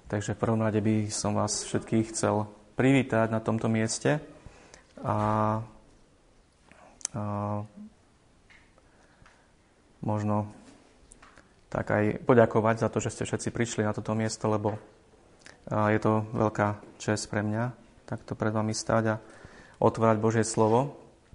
Takže v prvom rade by som vás všetkých chcel privítať na tomto mieste a možno tak aj poďakovať za to, že ste všetci prišli na toto miesto, lebo je to veľká česť pre mňa takto pred vami stáť a otvárať Božie slovo.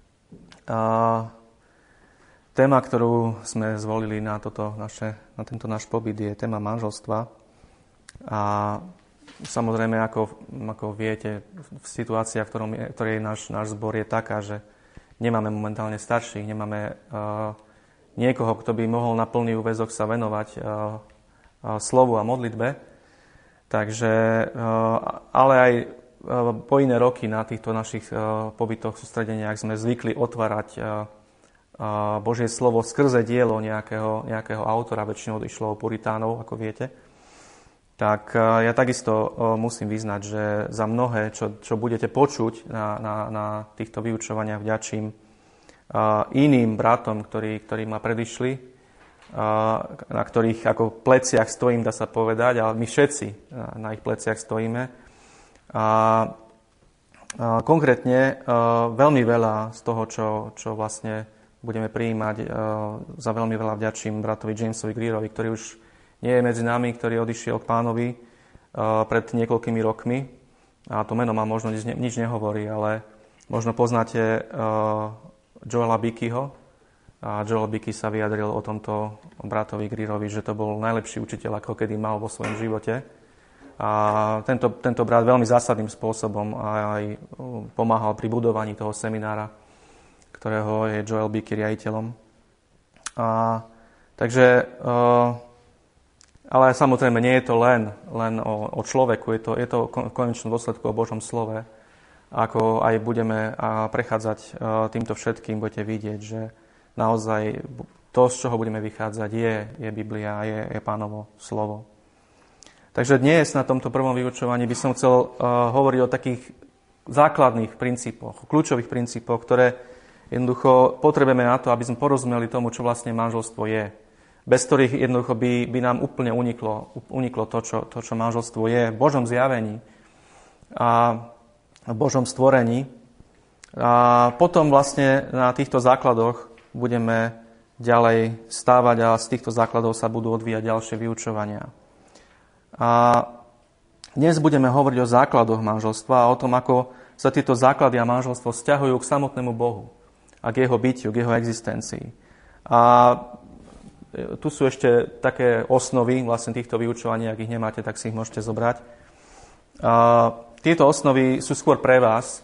Téma, ktorú sme zvolili na tento náš pobyt, je téma manželstva. A samozrejme, ako viete, situácia, v ktorej náš zbor je taká, že nemáme momentálne starších, nemáme niekoho, kto by mohol na plný úväzok sa venovať slovu a modlitbe. Takže, ale aj po iné roky na týchto našich pobytoch, sústredeniach sme zvykli otvárať Božie slovo skrze dielo nejakého autora, väčšinou išlo o puritánov, ako viete. Tak ja takisto musím vyznať, že za mnohé, čo budete počuť na týchto vyučovaniach, vďačím iným bratom, ktorí ma predišli, na ktorých ako pleciach stojím, dá sa povedať, ale my všetci na ich pleciach stojíme. Konkrétne veľmi veľa z toho, čo vlastne budeme prijímať, za veľmi veľa vďačím bratovi Jamesovi Greerovi, ktorý už nie je medzi nami, ktorý odišiel k Pánovi pred niekoľkými rokmi. A to meno vám možno nič nehovorí, ale možno poznáte Joela Bickeyho. A Joel Bickey sa vyjadril o tomto bratovi Greerovi, že to bol najlepší učiteľ, ako kedy mal vo svojom živote. A tento brat veľmi zásadným spôsobom aj pomáhal pri budovaní toho seminára, ktorého je Joel Bickey riaditeľom. Takže, ale samozrejme nie je to len o človeku, je to v konečnom dôsledku o Božom slove. Ako aj budeme prechádzať týmto všetkým, budete vidieť, že naozaj to, z čoho budeme vychádzať, je Biblia, je Pánovo slovo. Takže dnes na tomto prvom vyučovaní by som chcel hovoriť o takých základných princípoch, kľúčových princípoch, ktoré jednoducho potrebujeme na to, aby sme porozumeli tomu, čo vlastne manželstvo je. Bez ktorých jednoducho by nám úplne uniklo to, čo manželstvo je v Božom zjavení a v Božom stvorení. A potom vlastne na týchto základoch budeme ďalej stávať a z týchto základov sa budú odvíjať ďalšie vyučovania. A dnes budeme hovoriť o základoch manželstva a o tom, ako sa tieto základy a manželstvo vzťahujú k samotnému Bohu a k jeho bytiu, k jeho existencii. A tu sú ešte také osnovy vlastne týchto vyučovaní, ak ich nemáte, tak si ich môžete zobrať. A tieto osnovy sú skôr pre vás,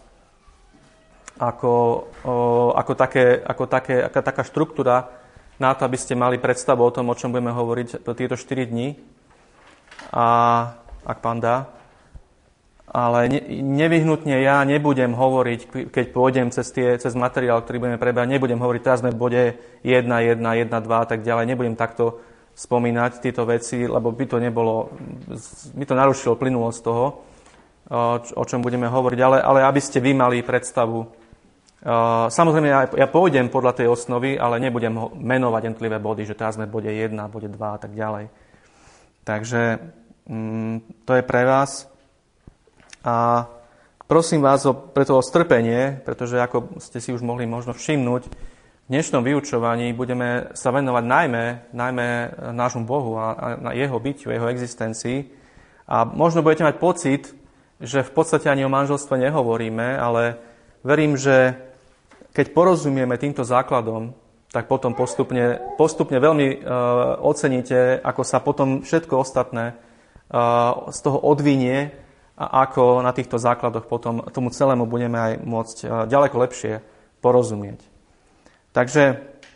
ako taká štruktúra na to, aby ste mali predstavu o tom, o čom budeme hovoriť tieto 4 dni, a ak Pán dá. Ale nevyhnutne ja nebudem hovoriť, keď pôjdem cez materiál, ktorý budeme prebrať, nebudem hovoriť, teraz sme v bode 1, 1, 1, 2 a tak ďalej, nebudem takto spomínať tieto veci, lebo by to narušilo plynulosť toho, o čom budeme hovoriť, ale aby ste vy mali predstavu. Samozrejme, ja pôjdem podľa tej osnovy, ale nebudem menovať jednotlivé body, že teraz sme v bode 1, bode 2 a tak ďalej. Takže to je pre vás. A prosím vás preto o strpenie, pretože ako ste si už mohli možno všimnúť, v dnešnom vyučovaní budeme sa venovať najmä nášmu Bohu a na jeho bytiu, jeho existencii. A možno budete mať pocit, že v podstate ani o manželstve nehovoríme, ale verím, že keď porozumieme týmto základom, tak potom postupne veľmi oceníte, ako sa potom všetko ostatné z toho odvinie a ako na týchto základoch potom tomu celému budeme aj môcť ďaleko lepšie porozumieť. Takže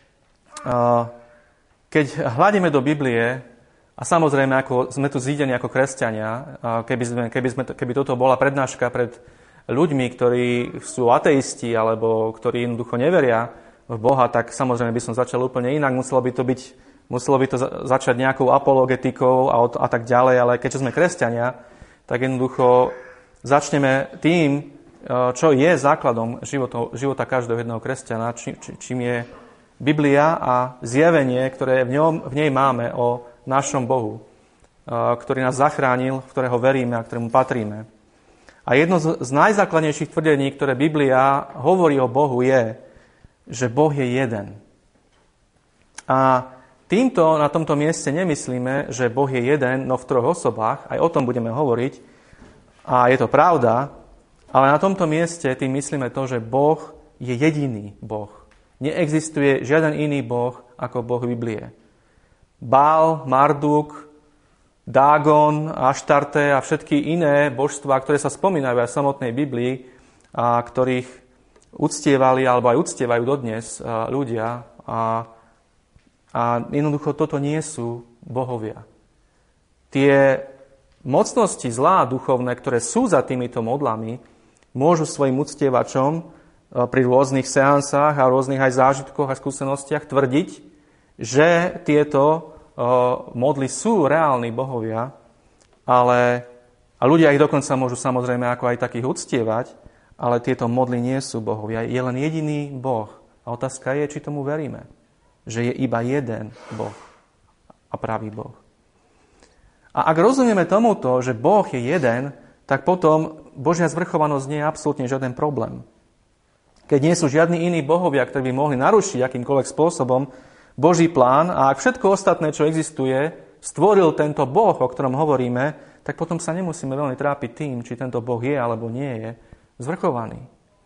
keď hľadíme do Biblie, a samozrejme, ako sme tu zídení ako kresťania, keby toto bola prednáška pred ľuďmi, ktorí sú ateisti alebo ktorí jednoducho neveria v Boha, tak samozrejme by som začal úplne inak. Muselo by to začať nejakou apologetikou a tak ďalej, ale keďže sme kresťania, tak jednoducho začneme tým, čo je základom života každého jedného kresťana, čím je Biblia a zjavenie, ktoré v nej máme o našom Bohu. ktorý nás zachránil, v ktorého veríme a ktorému patríme. A jedno z najzákladnejších tvrdení, ktoré Biblia hovorí o Bohu, je, že Boh je jeden. A na tomto mieste nemyslíme, že Boh je jeden, no v troch osobách, aj o tom budeme hovoriť, a je to pravda, ale na tomto mieste tým myslíme to, že Boh je jediný Boh. Neexistuje žiaden iný Boh ako Boh Biblie. Bál, Marduk, Dágon, Aštarte a všetky iné božstvá, ktoré sa spomínajú aj v samotnej Biblii a ktorých uctievali alebo aj uctievajú dodnes ľudia a jednoducho toto nie sú bohovia. Tie mocnosti zlá duchovné, ktoré sú za týmito modlami, môžu svojim uctievačom pri rôznych seansách a rôznych aj zážitkoch a skúsenostiach tvrdiť, že tieto modly sú reálni bohovia, a ľudia ich dokonca môžu samozrejme ako aj takých uctievať, ale tieto modly nie sú bohovia. Je len jediný Boh. A otázka je, či tomu veríme. Že je iba jeden Boh a pravý Boh. A ak rozumieme tomuto, že Boh je jeden, tak potom Božia zvrchovanosť nie je absolútne žiaden problém. Keď nie sú žiadni iní bohovia, ktorí by mohli narušiť akýmkoľvek spôsobom Boží plán, a ak všetko ostatné, čo existuje, stvoril tento Boh, o ktorom hovoríme, tak potom sa nemusíme veľmi trápiť tým, či tento Boh je alebo nie je zvrchovaný.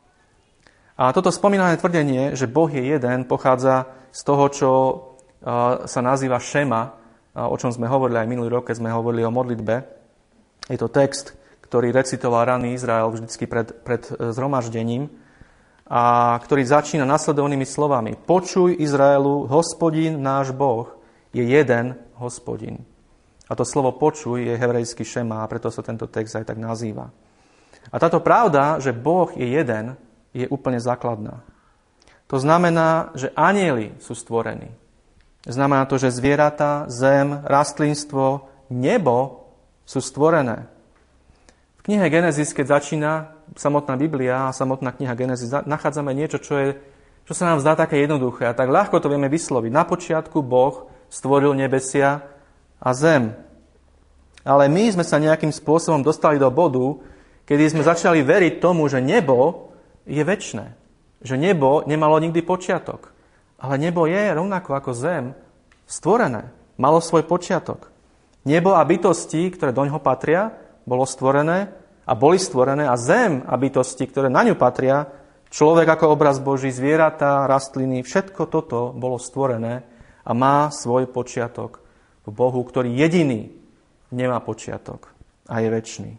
A toto spomínané tvrdenie, že Boh je jeden, pochádza z toho, čo sa nazýva šema, o čom sme hovorili aj minulý rok, keď sme hovorili o modlitbe. Je to text, ktorý recitoval raný Izrael vždycky pred zhromaždením, a ktorý začína nasledovnými slovami. Počuj, Izraelu, Hospodin náš Boh je jeden Hospodin. A to slovo počuj je hebrejský šema, a preto sa tento text aj tak nazýva. A táto pravda, že Boh je jeden, je úplne základná. To znamená, že anjeli sú stvorení. Znamená to, že zvieratá, zem, rastlinstvo, nebo sú stvorené. V knihe Genesis, keď začína samotná Biblia a samotná kniha Genesis, nachádzame niečo, čo sa nám zdá také jednoduché a tak ľahko to vieme vysloviť. Na počiatku Boh stvoril nebesia a zem. Ale my sme sa nejakým spôsobom dostali do bodu, kedy sme začali veriť tomu, že nebo je večné. Že nebo nemalo nikdy počiatok. Ale nebo je rovnako ako zem stvorené. Malo svoj počiatok. Nebo a bytosti, ktoré doňho patria, bolo stvorené a boli stvorené, a zem a bytosti, ktoré na ňu patria, človek ako obraz Boží, zvieratá, rastliny, všetko toto bolo stvorené a má svoj počiatok v Bohu, ktorý jediný nemá počiatok a je večný.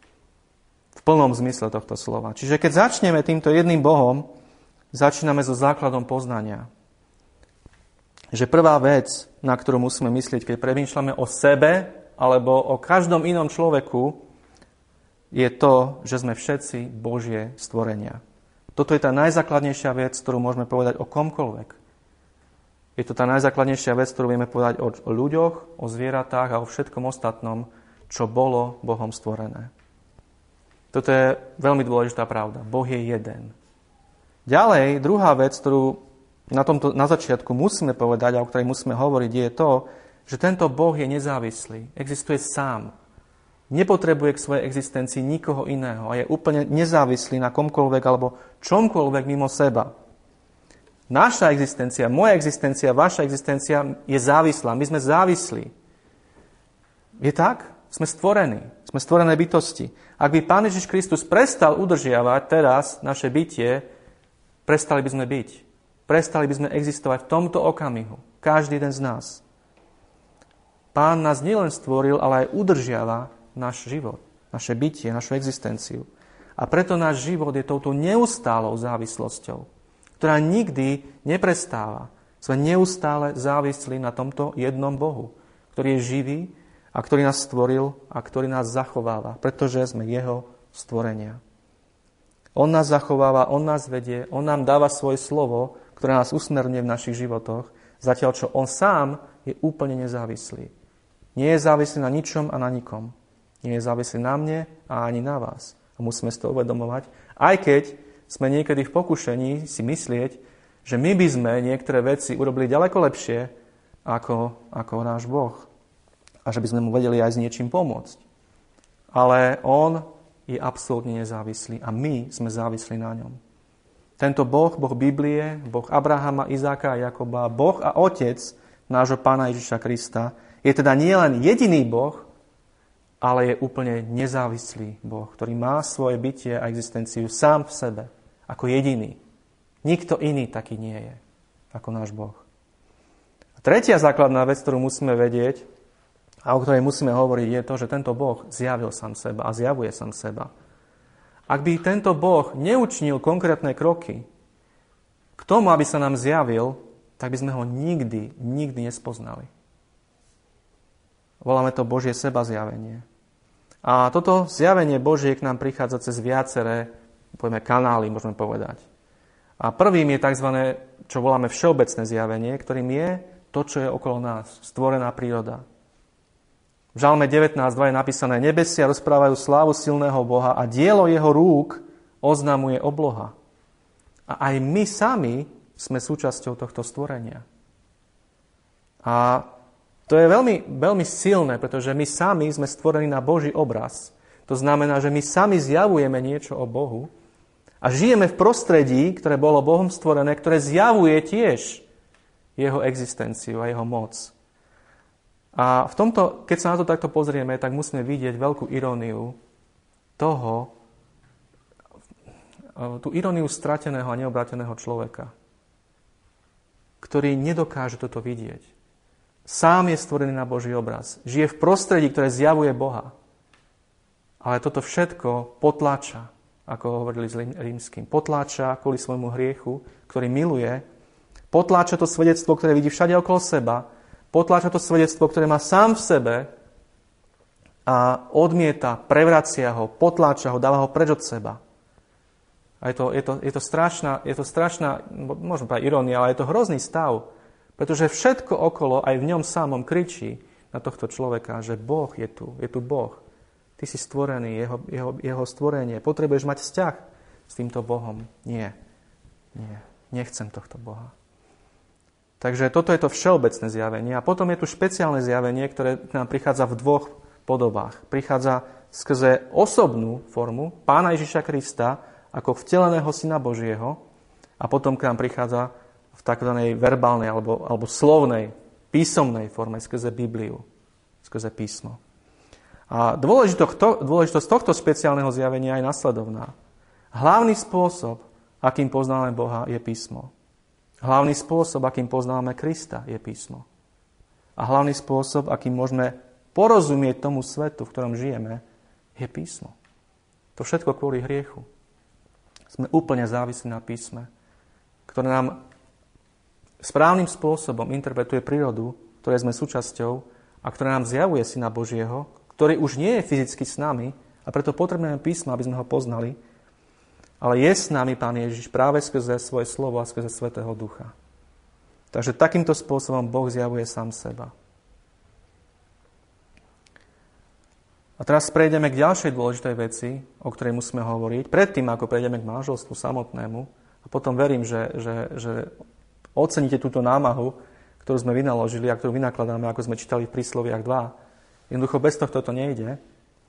V plnom zmysle tohto slova. Čiže keď začneme týmto jedným Bohom, začíname so základom poznania. Že prvá vec, na ktorú musíme myslieť, keď premýšľame o sebe alebo o každom inom človeku, je to, že sme všetci Božie stvorenia. Toto je tá najzákladnejšia vec, ktorú môžeme povedať o komkoľvek. Je to tá najzákladnejšia vec, ktorú vieme povedať o ľuďoch, o zvieratách a o všetkom ostatnom, čo bolo Bohom stvorené. Toto je veľmi dôležitá pravda. Boh je jeden. Ďalej, druhá vec, ktorú na začiatku musíme povedať a o ktorej musíme hovoriť, je to, že tento Boh je nezávislý. Existuje sám. Nepotrebuje k svojej existencii nikoho iného a je úplne nezávislý na komkoľvek alebo čomkoľvek mimo seba. Naša existencia, moja existencia, vaša existencia je závislá. My sme závislí. Je tak? Sme stvorení. Sme stvorené bytosti. Ak by Pán Ježiš Kristus prestal udržiavať teraz naše bytie, prestali by sme byť. Prestali by sme existovať v tomto okamihu. Každý jeden z nás. Pán nás nielen stvoril, ale aj udržiava náš život, naše bytie, našu existenciu. A preto náš život je touto neustálou závislosťou, ktorá nikdy neprestáva. Sme neustále závislí na tomto jednom Bohu, ktorý je živý a ktorý nás stvoril a ktorý nás zachováva, pretože sme jeho stvorenia. On nás zachováva, on nás vedie, on nám dáva svoje slovo, ktoré nás usmerňuje v našich životoch, zatiaľ čo on sám je úplne nezávislý. Nie je závislý na ničom a na nikom. Nie je závislý na mne a ani na vás. A musíme si to uvedomovať, aj keď sme niekedy v pokušení si myslieť, že my by sme niektoré veci urobili ďaleko lepšie ako náš Boh. a že by sme mu vedeli aj s niečím pomôcť. Ale on je absolútne nezávislý a my sme závislí na ňom. Tento Boh Biblie, Boh Abrahama, Izáka a Jakoba, Boh a Otec nášho Pána Ježiša Krista, je teda nielen jediný Boh, ale je úplne nezávislý Boh, ktorý má svoje bytie a existenciu sám v sebe, ako jediný. Nikto iný taký nie je, ako náš Boh. A tretia základná vec, ktorú musíme vedieť a o ktorej musíme hovoriť, je to, že tento Boh zjavil sám seba a zjavuje sám seba. Ak by tento Boh neučinil konkrétne kroky k tomu, aby sa nám zjavil, tak by sme ho nikdy nespoznali. Voláme to Božie sebazjavenie. A toto zjavenie Božie k nám prichádza cez viaceré, kanály, môžeme povedať. A prvým je tzv., čo voláme všeobecné zjavenie, ktorým je to, čo je okolo nás, stvorená príroda. V Žalme 19.2 je napísané: Nebesia rozprávajú slávu silného Boha a dielo jeho rúk oznamuje obloha. A aj my sami sme súčasťou tohto stvorenia. A to je veľmi, veľmi silné, pretože my sami sme stvorení na Boží obraz. To znamená, že my sami zjavujeme niečo o Bohu a žijeme v prostredí, ktoré bolo Bohom stvorené, ktoré zjavuje tiež jeho existenciu a jeho moc. A v tomto, keď sa na to takto pozrieme, tak musíme vidieť veľkú iróniu toho, tú iróniu strateného a neobráteného človeka, ktorý nedokáže toto vidieť. Sám je stvorený na Boží obraz. Žije v prostredí, ktoré zjavuje Boha. Ale toto všetko potláča, ako hovorili s Rímskym. Potláča kvôli svojmu hriechu, ktorý miluje. Potláča to svedectvo, ktoré vidí všade okolo seba. Potláča to svedectvo, ktoré má sám v sebe a odmieta, prevracia ho, potláča ho, dáva ho preč od seba. A je to strašná, možno povedať irónia, ale je to hrozný stav, pretože všetko okolo, aj v ňom samom kričí na tohto človeka, že Boh je tu Boh. Ty si stvorený, jeho stvorenie. Potrebuješ mať vzťah s týmto Bohom. Nie, nechcem tohto Boha. Takže toto je to všeobecné zjavenie. A potom je tu špeciálne zjavenie, ktoré k nám prichádza v dvoch podobách. Prichádza skrze osobnú formu Pána Ježiša Krista ako vteleného Syna Božieho a potom k nám prichádza v takzvanej verbálnej alebo slovnej, písomnej forme skrze Bibliu, skrze písmo. A dôležitosť tohto špeciálneho zjavenia je nasledovná. Hlavný spôsob, akým poznáme Boha, je písmo. Hlavný spôsob, akým poznáme Krista, je písmo. A hlavný spôsob, akým môžeme porozumieť tomu svetu, v ktorom žijeme, je písmo. To všetko kvôli hriechu. Sme úplne závislí na písme, ktoré nám správnym spôsobom interpretuje prírodu, ktorej sme súčasťou a ktoré nám zjavuje Syna Božieho, ktorý už nie je fyzicky s nami a preto potrebujeme písmo, aby sme ho poznali, ale je s nami Pán Ježiš práve skrze svoje slovo a skrze Svätého Ducha. Takže takýmto spôsobom Boh zjavuje sám seba. A teraz prejdeme k ďalšej dôležitej veci, o ktorej musíme hovoriť, predtým, ako prejdeme k manželstvu samotnému. A potom verím, že oceníte túto námahu, ktorú sme vynaložili a ktorú vynakladáme, ako sme čítali v Prísloviach 2. Jednoducho bez tohto to nejde.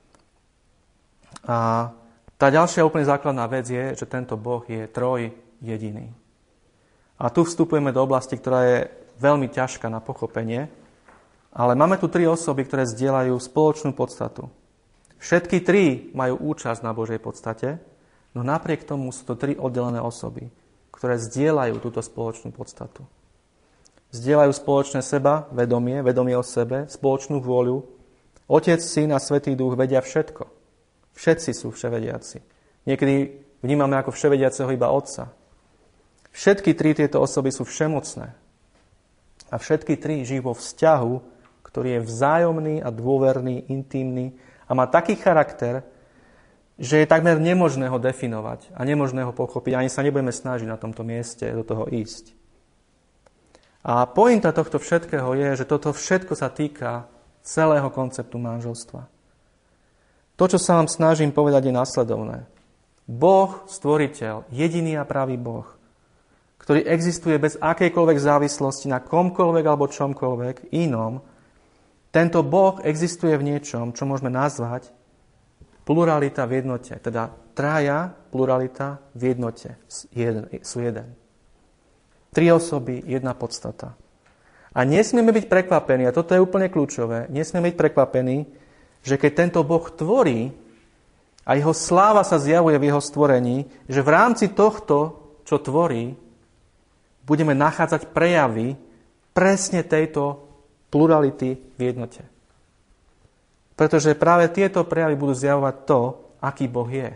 A tá ďalšia úplne základná vec je, že tento Boh je trojjediný. A tu vstupujeme do oblasti, ktorá je veľmi ťažká na pochopenie, ale máme tu tri osoby, ktoré zdieľajú spoločnú podstatu. Všetky tri majú účasť na Božej podstate, no napriek tomu sú to tri oddelené osoby, ktoré zdieľajú túto spoločnú podstatu. Zdieľajú spoločné seba, vedomie o sebe, spoločnú vôľu. Otec, Syn a Svätý Duch vedia všetko. Všetci sú vševediaci. Niekedy vnímame ako vševediaceho iba Otca. Všetky tri tieto osoby sú všemocné. A všetky tri žijú vo vzťahu, ktorý je vzájomný a dôverný, intímny a má taký charakter, že je takmer nemožné ho definovať a nemožné ho pochopiť. Ani sa nebudeme snažiť na tomto mieste do toho ísť. A pointa tohto všetkého je, že toto všetko sa týka celého konceptu manželstva. To, čo sa vám snažím povedať, je nasledovné. Boh, stvoriteľ, jediný a pravý Boh, ktorý existuje bez akejkoľvek závislosti na komkoľvek alebo čomkoľvek inom, Tento Boh existuje v niečom, čo môžeme nazvať pluralita v jednote. Teda traja, pluralita v jednote. Sú jeden. 3 osoby, jedna podstata. A nesmieme byť prekvapení, a toto je úplne kľúčové, nesmieme byť prekvapení, že keď tento Boh tvorí a jeho sláva sa zjavuje v jeho stvorení, že v rámci tohto, čo tvorí, budeme nachádzať prejavy presne tejto plurality v jednote. Pretože práve tieto prejavy budú zjavovať to, aký Boh je.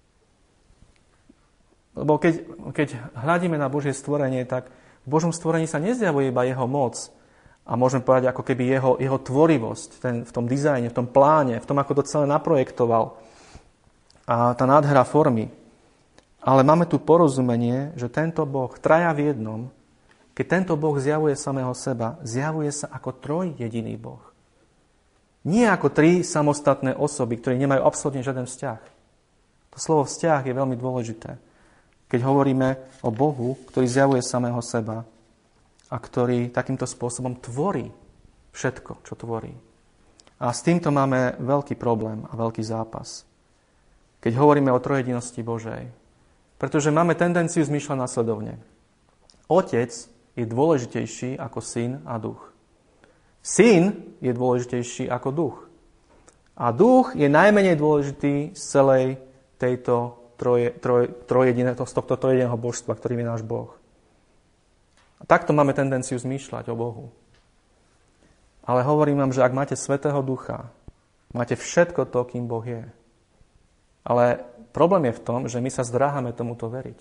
Lebo keď hľadíme na Božie stvorenie, tak v Božom stvorení sa nezjavuje iba jeho moc a môžeme povedať ako keby jeho tvorivosť v tom dizajne, v tom pláne, v tom, ako to celé naprojektoval a tá nádhera formy. Ale máme tu porozumenie, že tento Boh, traja v jednom, keď tento Boh zjavuje samého seba, zjavuje sa ako trojjediný Boh. Nie ako 3 samostatné osoby, ktoré nemajú absolútne žiaden vzťah. To slovo vzťah je veľmi dôležité. Keď hovoríme o Bohu, ktorý zjavuje samého seba a ktorý takýmto spôsobom tvorí všetko, čo tvorí. A s týmto máme veľký problém a veľký zápas. Keď hovoríme o trojjedinosti Božej. Pretože máme tendenciu zmýšľať nasledovne. Otec je dôležitejší ako syn a duch. Syn je dôležitejší ako duch. A duch je najmenej dôležitý z celej tejto z tohto trojjediného božstva, ktorým je náš Boh. A takto máme tendenciu zmýšľať o Bohu. Ale hovorím vám, že ak máte Svätého Ducha, máte všetko to, kým Boh je. Ale problém je v tom, že my sa zdráhame tomuto veriť.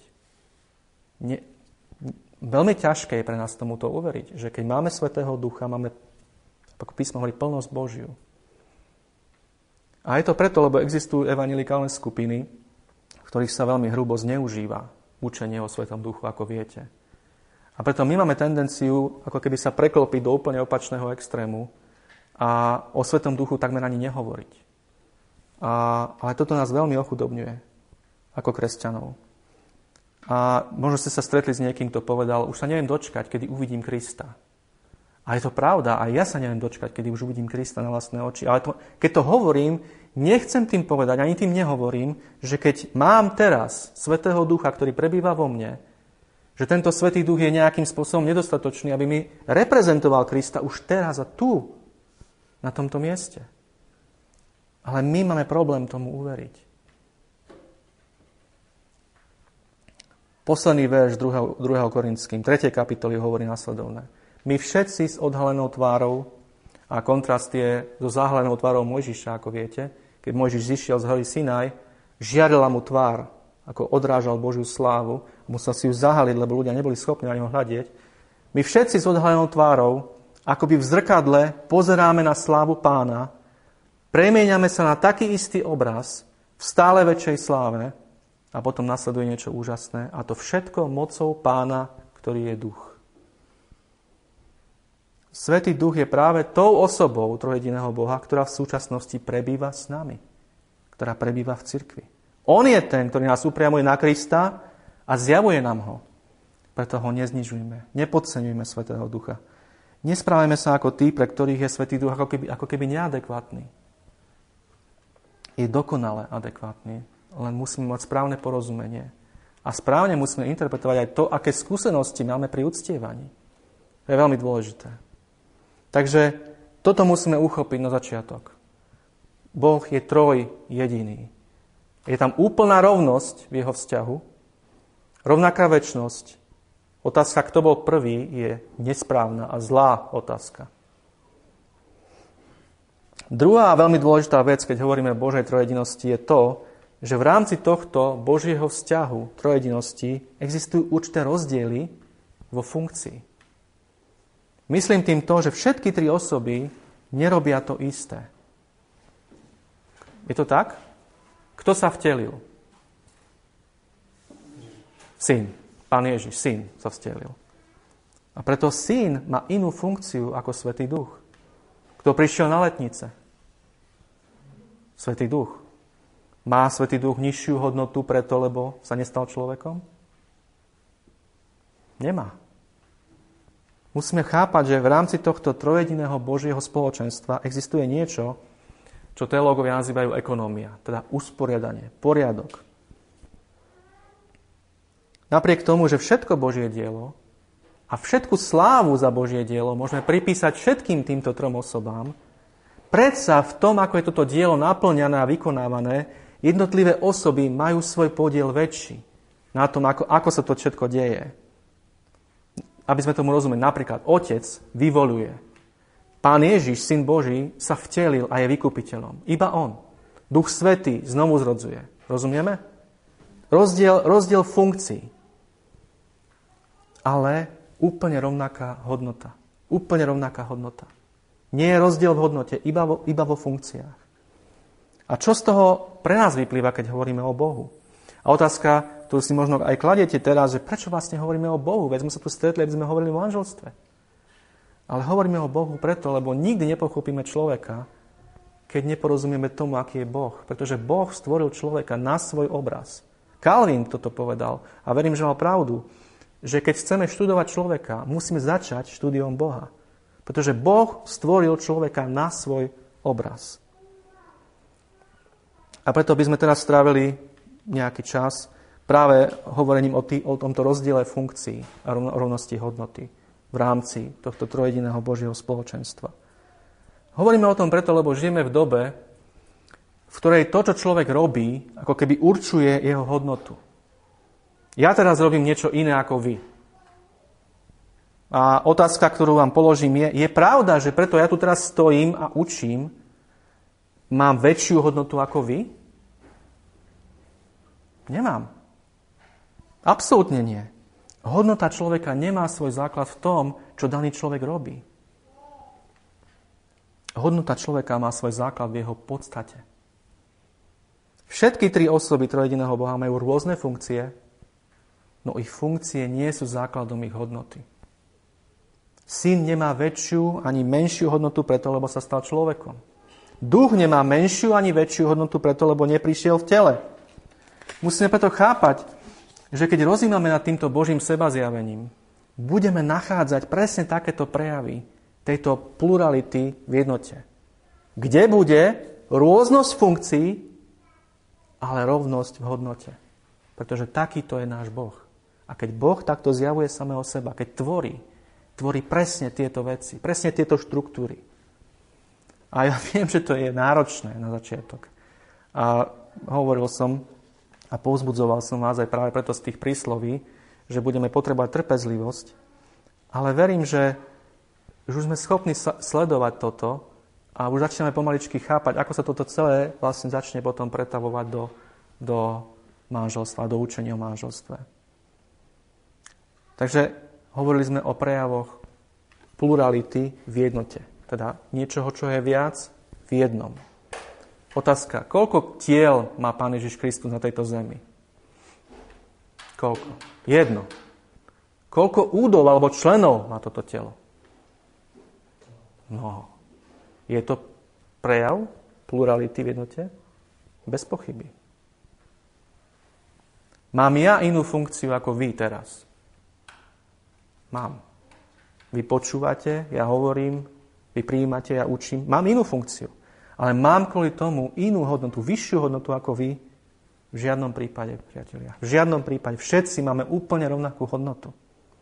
Veľmi ťažké je pre nás tomuto uveriť, že keď máme Svätého Ducha, máme, ako písmo hovorí, plnosť Božiu. A je to preto, lebo existujú evanjelikálne skupiny, v ktorých sa veľmi hrubo zneužíva učenie o Svätom Duchu, ako viete. A preto my máme tendenciu ako keby sa preklopiť do úplne opačného extrému a o Svätom Duchu takmer ani nehovoriť. Ale toto nás veľmi ochudobňuje ako kresťanov. A možno ste sa stretli s niekým, kto povedal, už sa neviem dočkať, kedy uvidím Krista. A je to pravda, aj ja sa neviem dočkať, kedy už uvidím Krista na vlastné oči. Ale keď to hovorím, nechcem tým povedať, ani tým nehovorím, že keď mám teraz Svätého Ducha, ktorý prebýva vo mne, že tento Svätý Duch je nejakým spôsobom nedostatočný, aby mi reprezentoval Krista už teraz a tu, na tomto mieste. Ale my máme problém tomu uveriť. Posledný verš 2. Korinským, 3. kapitoly hovorí nasledovné. My všetci s odhalenou tvárou, a kontrast je so zahalenou tvárou Mojžiša, ako viete, keď Mojžiš zišiel z hory Sinaj, žiarila mu tvár, ako odrážal Božiu slávu, musel si ju zahaliť, lebo ľudia neboli schopní na ňo hľadieť. My všetci s odhalenou tvárou, akoby v zrkadle, pozeráme na slávu Pána, premieňame sa na taký istý obraz v stále väčšej sláve a potom nasleduje niečo úžasné, a to všetko mocou Pána, ktorý je duch. Svätý Duch je práve tou osobou trojjediného Boha, ktorá v súčasnosti prebýva s nami, ktorá prebýva v cirkvi. On je ten, ktorý nás upriamuje na Krista a zjavuje nám ho. Preto ho neznižujme, nepodceňujme Svätého Ducha. Nesprávajme sa ako tí, pre ktorých je Svätý Duch ako keby neadekvátny. Je dokonale adekvátny, len musíme mať správne porozumenie. A správne musíme interpretovať aj to, aké skúsenosti máme pri uctievaní. To je veľmi dôležité. Takže toto musíme uchopiť na začiatok. Boh je trojjediný. Je tam úplná rovnosť v jeho vzťahu, rovnaká večnosť. Otázka, kto bol prvý, je nesprávna a zlá otázka. Druhá veľmi dôležitá vec, keď hovoríme o Božej trojjedinosti, je to, že v rámci tohto Božieho vzťahu trojjedinosti existujú určité rozdiely vo funkcii. Myslím tým to, že všetky 3 osoby nerobia to isté. Je to tak? Kto sa vtelil? Syn. Pán Ježiš, syn sa vtelil. A preto syn má inú funkciu ako Svätý Duch. Kto prišiel na letnice? Svätý Duch. Má Svätý Duch nižšiu hodnotu preto, lebo sa nestal človekom? Nemá. Musíme chápať, že v rámci tohto trojediného Božieho spoločenstva existuje niečo, čo teológovia nazývajú ekonómia, teda usporiadanie, poriadok. Napriek tomu, že všetko Božie dielo a všetku slávu za Božie dielo môžeme pripísať všetkým týmto trom osobám, predsa v tom, ako je toto dielo naplňané a vykonávané, jednotlivé osoby majú svoj podiel väčší na tom, ako sa to všetko deje. Aby sme tomu rozumeli, napríklad Otec vyvoľuje. Pán Ježiš, Syn Boží, sa vtelil a je vykupiteľom. Iba On. Duch Svätý znovu zrodzuje. Rozumieme? Rozdiel funkcií. Ale úplne rovnaká hodnota. Úplne rovnaká hodnota. Nie je rozdiel v hodnote, iba vo funkciách. A čo z toho pre nás vyplýva, keď hovoríme o Bohu? A otázka, ktorú si možno aj kladiete teraz, že prečo vlastne hovoríme o Bohu? Veď sme sa tu stretli, aby sme hovorili o manželstve. Ale hovoríme o Bohu preto, lebo nikdy nepochopíme človeka, keď neporozumieme tomu, aký je Boh. Pretože Boh stvoril človeka na svoj obraz. Calvin toto povedal a verím, že mal pravdu, že keď chceme študovať človeka, musíme začať štúdiom Boha. Pretože Boh stvoril človeka na svoj obraz. A preto by sme teraz strávili nejaký čas práve hovorením o tomto rozdiele funkcií a rovnosti hodnoty v rámci tohto trojediného Božieho spoločenstva. Hovoríme o tom preto, lebo žijeme v dobe, v ktorej to, čo človek robí, ako keby určuje jeho hodnotu. Ja teraz robím niečo iné ako vy. A otázka, ktorú vám položím, je pravda, že preto ja tu teraz stojím a učím, mám väčšiu hodnotu ako vy? Nemám. Absolútne nie. Hodnota človeka nemá svoj základ v tom, čo daný človek robí. Hodnota človeka má svoj základ v jeho podstate. Všetky tri osoby trojediného Boha majú rôzne funkcie, no ich funkcie nie sú základom ich hodnoty. Syn nemá väčšiu ani menšiu hodnotu preto, lebo sa stal človekom. Duch nemá menšiu ani väčšiu hodnotu preto, lebo neprišiel v tele. Musíme preto chápať, že keď rozímame nad týmto Božím sebazjavením, budeme nachádzať presne takéto prejavy tejto plurality v jednote. Kde bude rôznosť funkcií, ale rovnosť v hodnote. Pretože takýto je náš Boh. A keď Boh takto zjavuje samého seba, keď tvorí presne tieto veci, presne tieto štruktúry. A ja viem, že to je náročné na začiatok. A hovoril som a povzbudzoval som vás aj práve preto z tých prísloví, že budeme potrebovať trpezlivosť, ale verím, že už sme schopní sledovať toto a už začíname pomaličky chápať, ako sa toto celé vlastne začne potom pretavovať do manželstva, do učenia o manželstve. Takže hovorili sme o prejavoch plurality v jednote, teda niečoho, čo je viac v jednom. Otázka, koľko tiel má Pán Ježiš Kristus na tejto zemi? Koľko? Jedno. Koľko údov alebo členov má toto telo? Mnoho. Je to prejav plurality v jednote? Bez pochyby. Mám ja inú funkciu ako vy teraz? Mám. Vy počúvate, ja hovorím, vy prijímate, ja učím. Mám inú funkciu. Ale mám kvôli tomu inú hodnotu, vyššiu hodnotu ako vy? V žiadnom prípade, priatelia. V žiadnom prípade. Všetci máme úplne rovnakú hodnotu.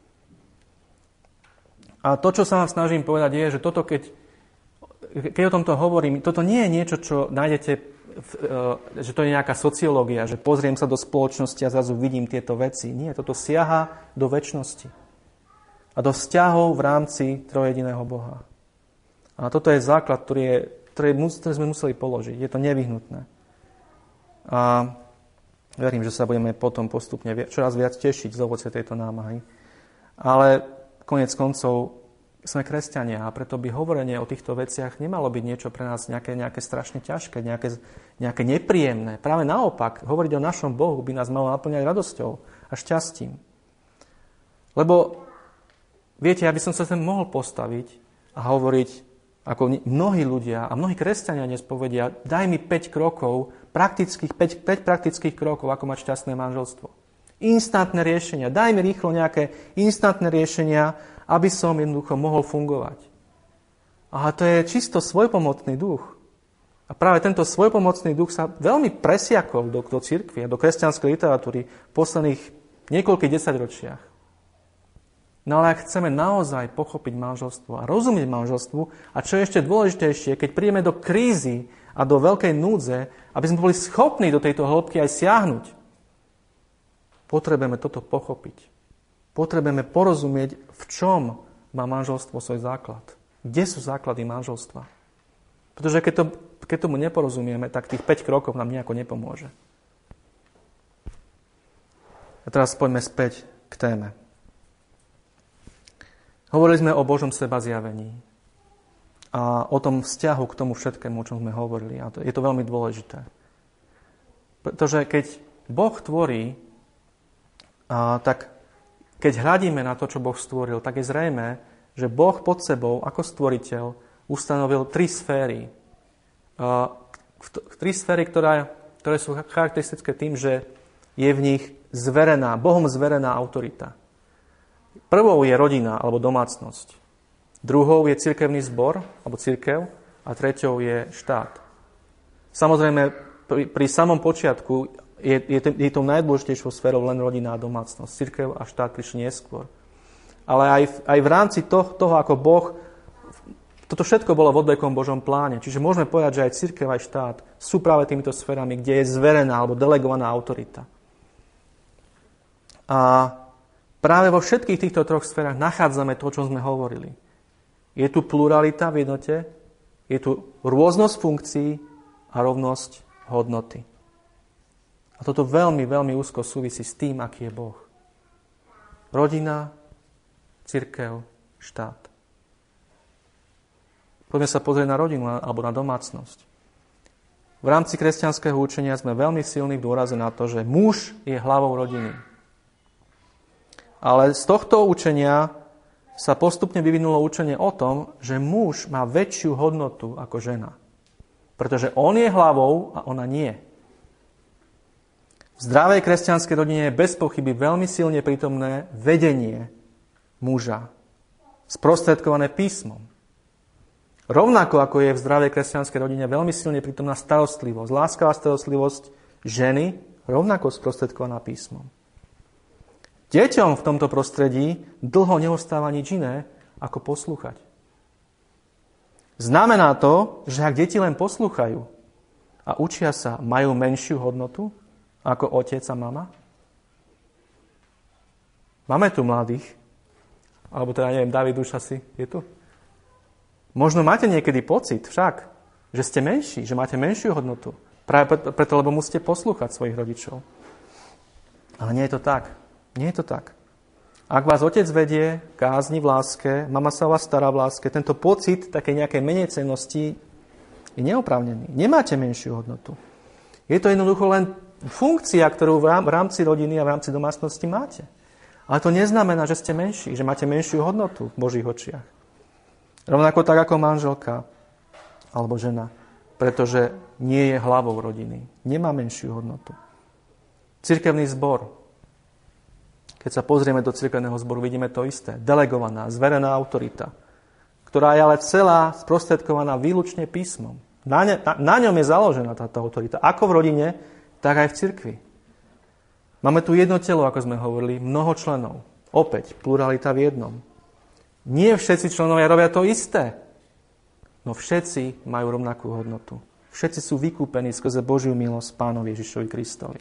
A to, čo sa vám snažím povedať, je, že toto, keď o tomto hovorím, toto nie je niečo, čo nájdete, že to je nejaká sociológia, že pozriem sa do spoločnosti a zrazu vidím tieto veci. Nie, toto siaha do večnosti. A do vzťahov v rámci trojediného Boha. A toto je základ, ktoré sme museli položiť. Je to nevyhnutné. A verím, že sa budeme potom postupne čoraz viac tešiť z ovocia tejto námahy. Ale koniec koncov sme kresťania a preto by hovorenie o týchto veciach nemalo byť niečo pre nás nejaké strašne ťažké, nejaké nepríjemné. Práve naopak, hovoriť o našom Bohu by nás malo naplňať radosťou a šťastím. Lebo, viete, ja by som sa sem mohol postaviť a hovoriť, ako mnohí ľudia a mnohí kresťania dnes povedia, daj mi 5 krokov, 5 praktických krokov, ako mať šťastné manželstvo. Instantné riešenia. Daj mi rýchlo nejaké instantné riešenia, aby som jednoducho mohol fungovať. A to je čisto svojpomocný duch. A práve tento svojpomocný duch sa veľmi presiakol do cirkvi a do kresťanskej literatúry v posledných niekoľkých desaťročiach. No ale ak chceme naozaj pochopiť manželstvo a rozumieť manželstvu, a čo je ešte dôležitejšie, keď prídeme do krízy a do veľkej núdze, aby sme boli schopní do tejto hĺbky aj siahnuť, potrebujeme toto pochopiť. Potrebujeme porozumieť, v čom má manželstvo svoj základ. Kde sú základy manželstva? Pretože keď tomu neporozumieme, tak tých 5 krokov nám nejako nepomôže. A teraz poďme späť k téme. Hovorili sme o Božom seba zjavení a o tom vzťahu k tomu všetkému, o čom sme hovorili. A je to veľmi dôležité. Pretože keď Boh tvorí, tak keď hľadíme na to, čo Boh stvoril, tak je zrejmé, že Boh pod sebou ako stvoriteľ ustanovil 3 sféry. 3 sféry, ktoré sú charakteristické tým, že je v nich Bohom zverená autorita. Prvou je rodina alebo domácnosť. Druhou je cirkevný zbor alebo cirkev a treťou je štát. Samozrejme, pri samom počiatku je tou najdôležitejšou sférou len rodina a domácnosť. Cirkev a štát prišli neskôr. Ale aj v rámci toho, ako Boh, toto všetko bolo v odvekom Božom pláne. Čiže môžeme povedať, že aj cirkev, aj štát sú práve týmito sférami, kde je zverená alebo delegovaná autorita. A práve vo všetkých týchto 3 sférach nachádzame to, o čom sme hovorili. Je tu pluralita v jednote, je tu rôznosť funkcií a rovnosť hodnoty. A toto veľmi, veľmi úzko súvisí s tým, aký je Boh. Rodina, cirkev, štát. Poďme sa pozrieť na rodinu alebo na domácnosť. V rámci kresťanského učenia sme veľmi silní v dôraze na to, že muž je hlavou rodiny. Ale z tohto učenia sa postupne vyvinulo učenie o tom, že muž má väčšiu hodnotu ako žena. Pretože on je hlavou a ona nie. V zdravej kresťanskej rodine je bez pochyby veľmi silne prítomné vedenie muža, sprostredkované písmom. Rovnako ako je v zdravej kresťanskej rodine veľmi silne prítomná starostlivosť, láskavá starostlivosť ženy, rovnako sprostredkovaná písmom. Deťom v tomto prostredí dlho neostáva nič iné, ako poslúchať. Znamená to, že ak deti len poslúchajú a učia sa, majú menšiu hodnotu ako otec a mama? Máme tu mladých, alebo teda neviem, David už asi je tu. Možno máte niekedy pocit však, že ste menší, že máte menšiu hodnotu. Práve preto, lebo musíte poslúchať svojich rodičov. Ale nie je to tak. Nie je to tak. Ak vás otec vedie kázni v láske, mama sa o vás stará v láske, tento pocit takej nejakej menejcennosti je neoprávnený. Nemáte menšiu hodnotu. Je to jednoducho len funkcia, ktorú v rámci rodiny a v rámci domácnosti máte. Ale to neznamená, že ste menší, že máte menšiu hodnotu v Božích očiach. Rovnako tak ako manželka alebo žena, pretože nie je hlavou rodiny. Nemá menšiu hodnotu. Cirkevný zbor. Keď sa pozrieme do cirkevného zboru, vidíme to isté. Delegovaná, zverená autorita, ktorá je ale celá sprostredkovaná výlučne písmom. Na ňom je založená táto autorita. Ako v rodine, tak aj v cirkvi. Máme tu jedno telo, ako sme hovorili, mnoho členov. Opäť, pluralita v jednom. Nie všetci členovia robia to isté, no všetci majú rovnakú hodnotu. Všetci sú vykúpení skrze Božiu milosť Pánovi Ježišovi Kristovi.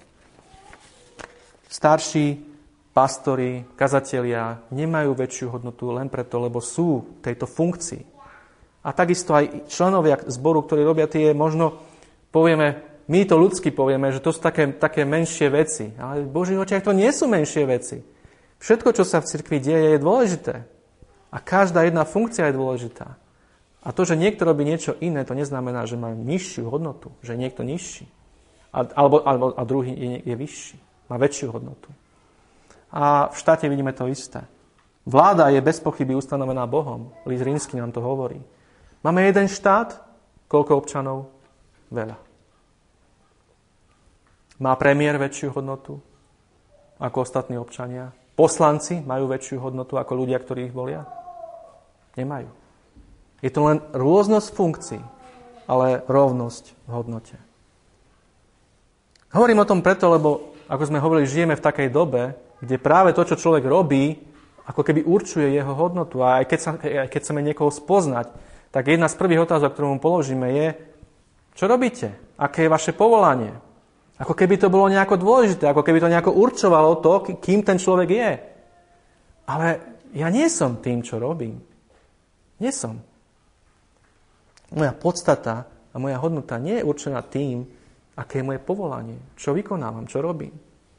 Starší pastori, kazatelia nemajú väčšiu hodnotu len preto, lebo sú v tejto funkcii. A takisto aj členovia zboru, ktorí robia tie, možno povieme, my to ľudsky povieme, že to sú také menšie veci. Ale v Božích očiach to nie sú menšie veci. Všetko, čo sa v cirkvi deje, je dôležité. A každá jedna funkcia je dôležitá. A to, že niekto robí niečo iné, to neznamená, že má nižšiu hodnotu, že je niekto nižší. A druhý je vyšší, má väčšiu hodnotu. A v štáte vidíme to isté. Vláda je bez pochyby ustanovená Bohom. List Rímsky nám to hovorí. Máme jeden štát, koľko občanov? Veľa. Má premiér väčšiu hodnotu ako ostatní občania? Poslanci majú väčšiu hodnotu ako ľudia, ktorí ich volia? Nemajú. Je to len rôznosť funkcií, ale rovnosť v hodnote. Hovorím o tom preto, lebo, ako sme hovorili, žijeme v takej dobe, kde práve to, čo človek robí, ako keby určuje jeho hodnotu. A aj keď chceme niekoho spoznať, tak jedna z prvých otázok, ktorú mu položíme, je, čo robíte? Aké je vaše povolanie? Ako keby to bolo nejako dôležité, ako keby to nejako určovalo to, kým ten človek je. Ale ja nie som tým, čo robím. Nie som. Moja podstata a moja hodnota nie je určená tým, aké je moje povolanie, čo vykonávam, čo robím.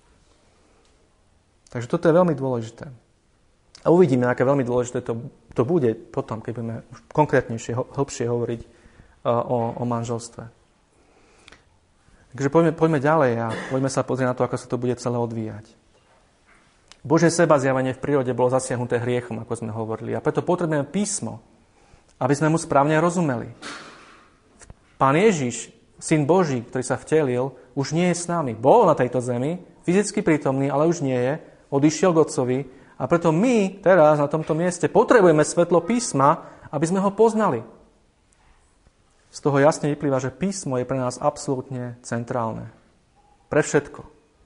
Takže toto je veľmi dôležité. A uvidíme, aké veľmi dôležité to bude potom, keď budeme už konkrétnejšie, hlbšie hovoriť o manželstve. Takže poďme ďalej a poďme sa pozrieť na to, ako sa to bude celé odvíjať. Božie sebazjavenie v prírode bolo zasiahnuté hriechom, ako sme hovorili. A preto potrebujeme písmo, aby sme mu správne rozumeli. Pán Ježiš, Syn Boží, ktorý sa vtelil, už nie je s nami. Bol na tejto zemi, fyzicky prítomný, ale už nie je. Odišiel k Otcovi. A preto my teraz na tomto mieste potrebujeme svetlo písma, aby sme ho poznali. Z toho jasne vyplýva, že písmo je pre nás absolútne centrálne. Pre všetko.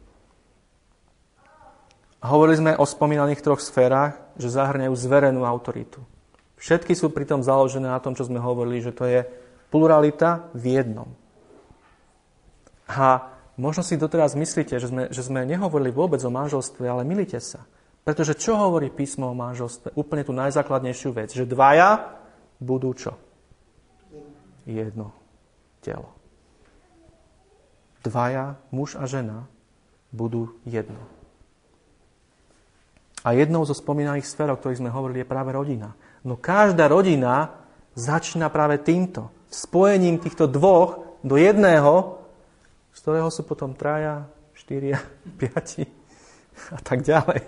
A hovorili sme o spomínaných 3 sférach, že zahrňajú zverenú autoritu. Všetky sú pritom založené na tom, čo sme hovorili, že to je pluralita v jednom. A možno si doteraz myslíte, že sme nehovorili vôbec o manželstve, ale milite sa. Pretože čo hovorí písmo o manželstve? Úplne tú najzákladnejšiu vec, že 2 budú čo? Jedno telo. 2, muž a žena, budú jedno. A jednou zo spomínaných sfér, o ktorých sme hovorili, je práve rodina. No každá rodina začína práve týmto. Spojením týchto 2 do jedného, z ktorého sú potom 3, 4, 5 a tak ďalej.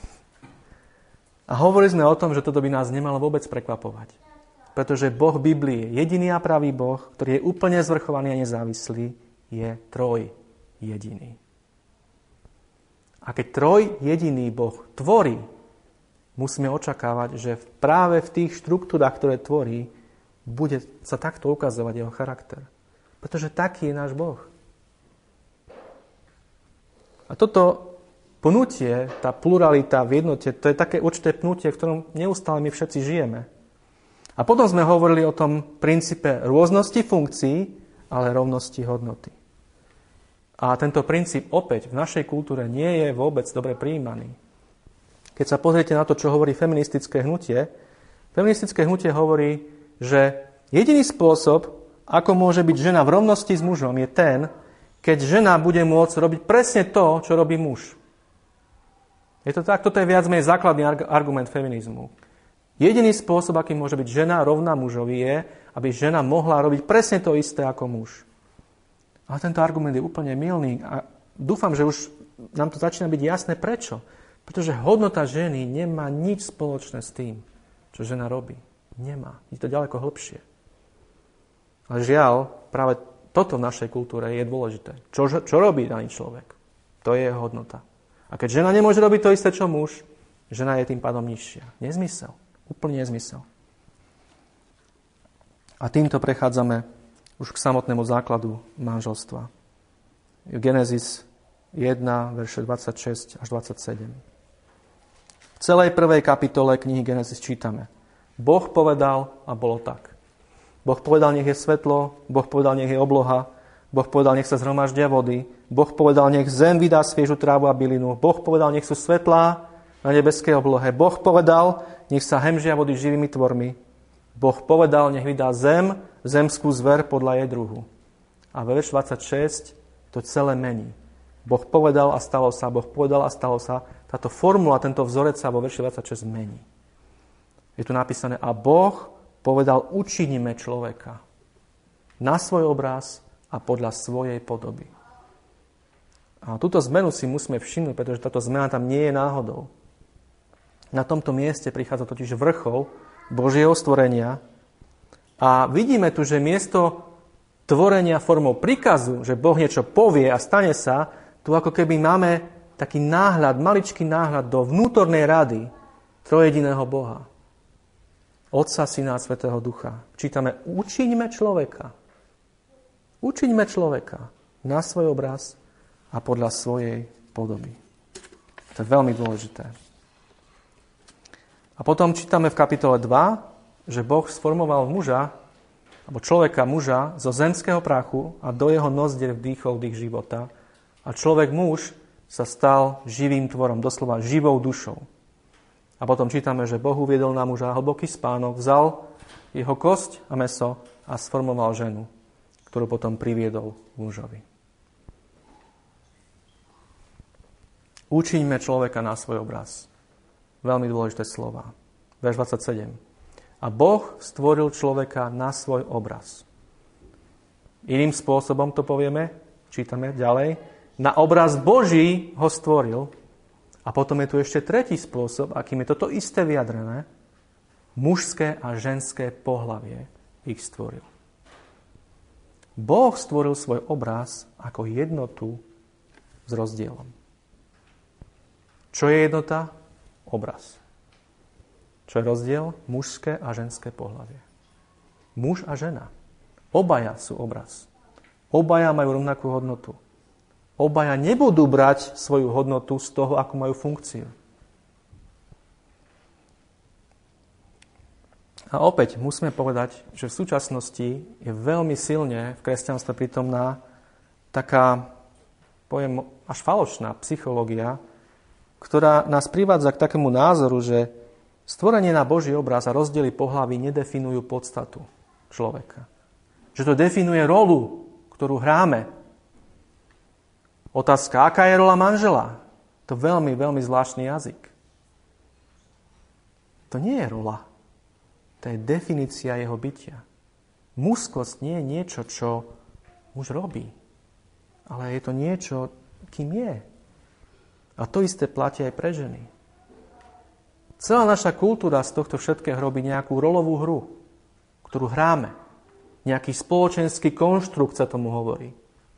A hovorili sme o tom, že toto by nás nemalo vôbec prekvapovať. Pretože Boh Biblii, jediný a pravý Boh, ktorý je úplne zvrchovaný a nezávislý, je trojjediný. A keď trojjediný Boh tvorí, musíme očakávať, že práve v tých štruktúrach, ktoré tvorí, bude sa takto ukazovať jeho charakter. Pretože taký je náš Boh. A toto pnutie, tá pluralita v jednote, to je také určité pnutie, v ktorom neustále my všetci žijeme. A potom sme hovorili o tom princípe rôznosti funkcií, ale rovnosti hodnoty. A tento princíp opäť v našej kultúre nie je vôbec dobre prijímaný. Keď sa pozriete na to, čo hovorí feministické hnutie hovorí, že jediný spôsob, ako môže byť žena v rovnosti s mužom, je ten, keď žena bude môcť robiť presne to, čo robí muž. Je to tak? Toto je viac menej základný argument feminizmu. Jediný spôsob, aký môže byť žena rovná mužovi, je, aby žena mohla robiť presne to isté ako muž. Ale tento argument je úplne mylný a dúfam, že už nám to začína byť jasné prečo. Pretože hodnota ženy nemá nič spoločné s tým, čo žena robí. Nemá. Je to ďaleko hlbšie. Ale žiaľ, práve toto v našej kultúre je dôležité. Čo robí daný človek? To je jeho hodnota. A keď žena nemôže robiť to isté, čo muž, žena je tým pádom nižšia. Nezmysel. Úplne nezmysel. A týmto prechádzame už k samotnému základu manželstva. Genesis 1, verše 26 až 27. V celej prvej kapitole knihy Genesis čítame: Boh povedal a bolo tak. Boh povedal, nech je svetlo, Boh povedal, nech je obloha, Boh povedal, nech sa zhromaždia vody, Boh povedal, nech zem vydá sviežu trávu a bylinu, Boh povedal, nech sú svetlá na nebeskej oblohe, Boh povedal, nech sa hemžia vody živými tvormi, Boh povedal, nech vydá zem, zemskú zver podľa jej druhu. A ve verš 26 to celé mení. Boh povedal a stalo sa, Boh povedal a stalo sa. Táto formula, tento vzorec sa vo verši 26 mení. Je tu napísané, a Boh povedal, učiníme človeka na svoj obraz a podľa svojej podoby. A túto zmenu si musíme všimnúť, pretože táto zmena tam nie je náhodou. Na tomto mieste prichádza totiž vrchol Božieho stvorenia a vidíme tu, že miesto tvorenia formou príkazu, že Boh niečo povie a stane sa, tu ako keby máme taký náhľad, maličký náhľad do vnútornej rady trojediného Boha. Otca, Syna a Svätého Ducha. Čítame, učiňme človeka na svoj obraz a podľa svojej podoby. To je veľmi dôležité. A potom čítame v kapitole 2, že Boh sformoval muža, alebo človeka muža zo zemského prachu a do jeho nozdier vdýchol dých života. A človek muž sa stal živým tvorom, doslova živou dušou. A potom čítame, že Boh uviedol na muža hlboký spánok, vzal jeho kosť a mäso a sformoval ženu, ktorú potom priviedol mužovi. Učiňme človeka na svoj obraz. Veľmi dôležité slova. Verš 27. A Boh stvoril človeka na svoj obraz. Iným spôsobom to povieme, čítame ďalej. Na obraz Boží ho stvoril. A potom je tu ešte tretí spôsob, akým je toto isté vyjadrené. Mužské a ženské pohlavie ich stvoril. Boh stvoril svoj obraz ako jednotu s rozdielom. Čo je jednota? Obraz. Čo je rozdiel? Mužské a ženské pohlavie. Muž a žena. Obaja sú obraz. Obaja majú rovnakú hodnotu. Obaja nebudú brať svoju hodnotu z toho, ako majú funkciu. A opäť musíme povedať, že v súčasnosti je veľmi silne v kresťanstve prítomná taká, poviem, až falošná psychológia, ktorá nás privádza k takému názoru, že stvorenie na Boží obraz a rozdiely pohlaví nedefinujú podstatu človeka. Že to definuje rolu, ktorú hráme. Otázka, aká je rola manžela? To je veľmi, veľmi zvláštny jazyk. To nie je rola. To je definícia jeho bytia. Mužskosť nie je niečo, čo muž robí. Ale je to niečo, kým je. A to isté platí aj pre ženy. Celá naša kultúra z tohto všetkého robí nejakú rolovú hru, ktorú hráme. Nejaký spoločenský konštrukt sa tomu hovorí.